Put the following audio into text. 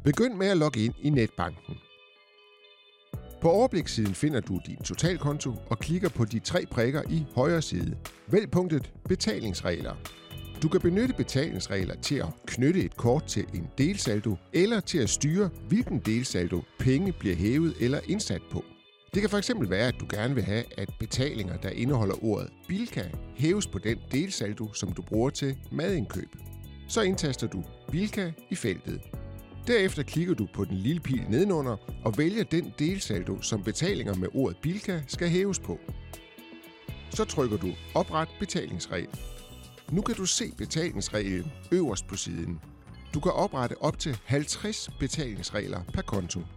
Begynd med at logge ind i netbanken. På overblikssiden finder du din totalkonto og klikker på de 3 prikker i højre side. Vælg punktet Betalingsregler. Du kan benytte betalingsregler til at knytte et kort til en delsaldo eller til at styre, hvilken delsaldo penge bliver hævet eller indsat på. Det kan fx være, at du gerne vil have, at betalinger, der indeholder ordet Bilka, hæves på den delsaldo, som du bruger til madindkøb. Så indtaster du Bilka i feltet. Derefter klikker du på den lille pil nedenunder og vælger den delsaldo, som betalinger med ordet Bilka skal hæves på. Så trykker du Opret betalingsregel. Nu kan du se betalingsreglen øverst på siden. Du kan oprette op til 50 betalingsregler per konto.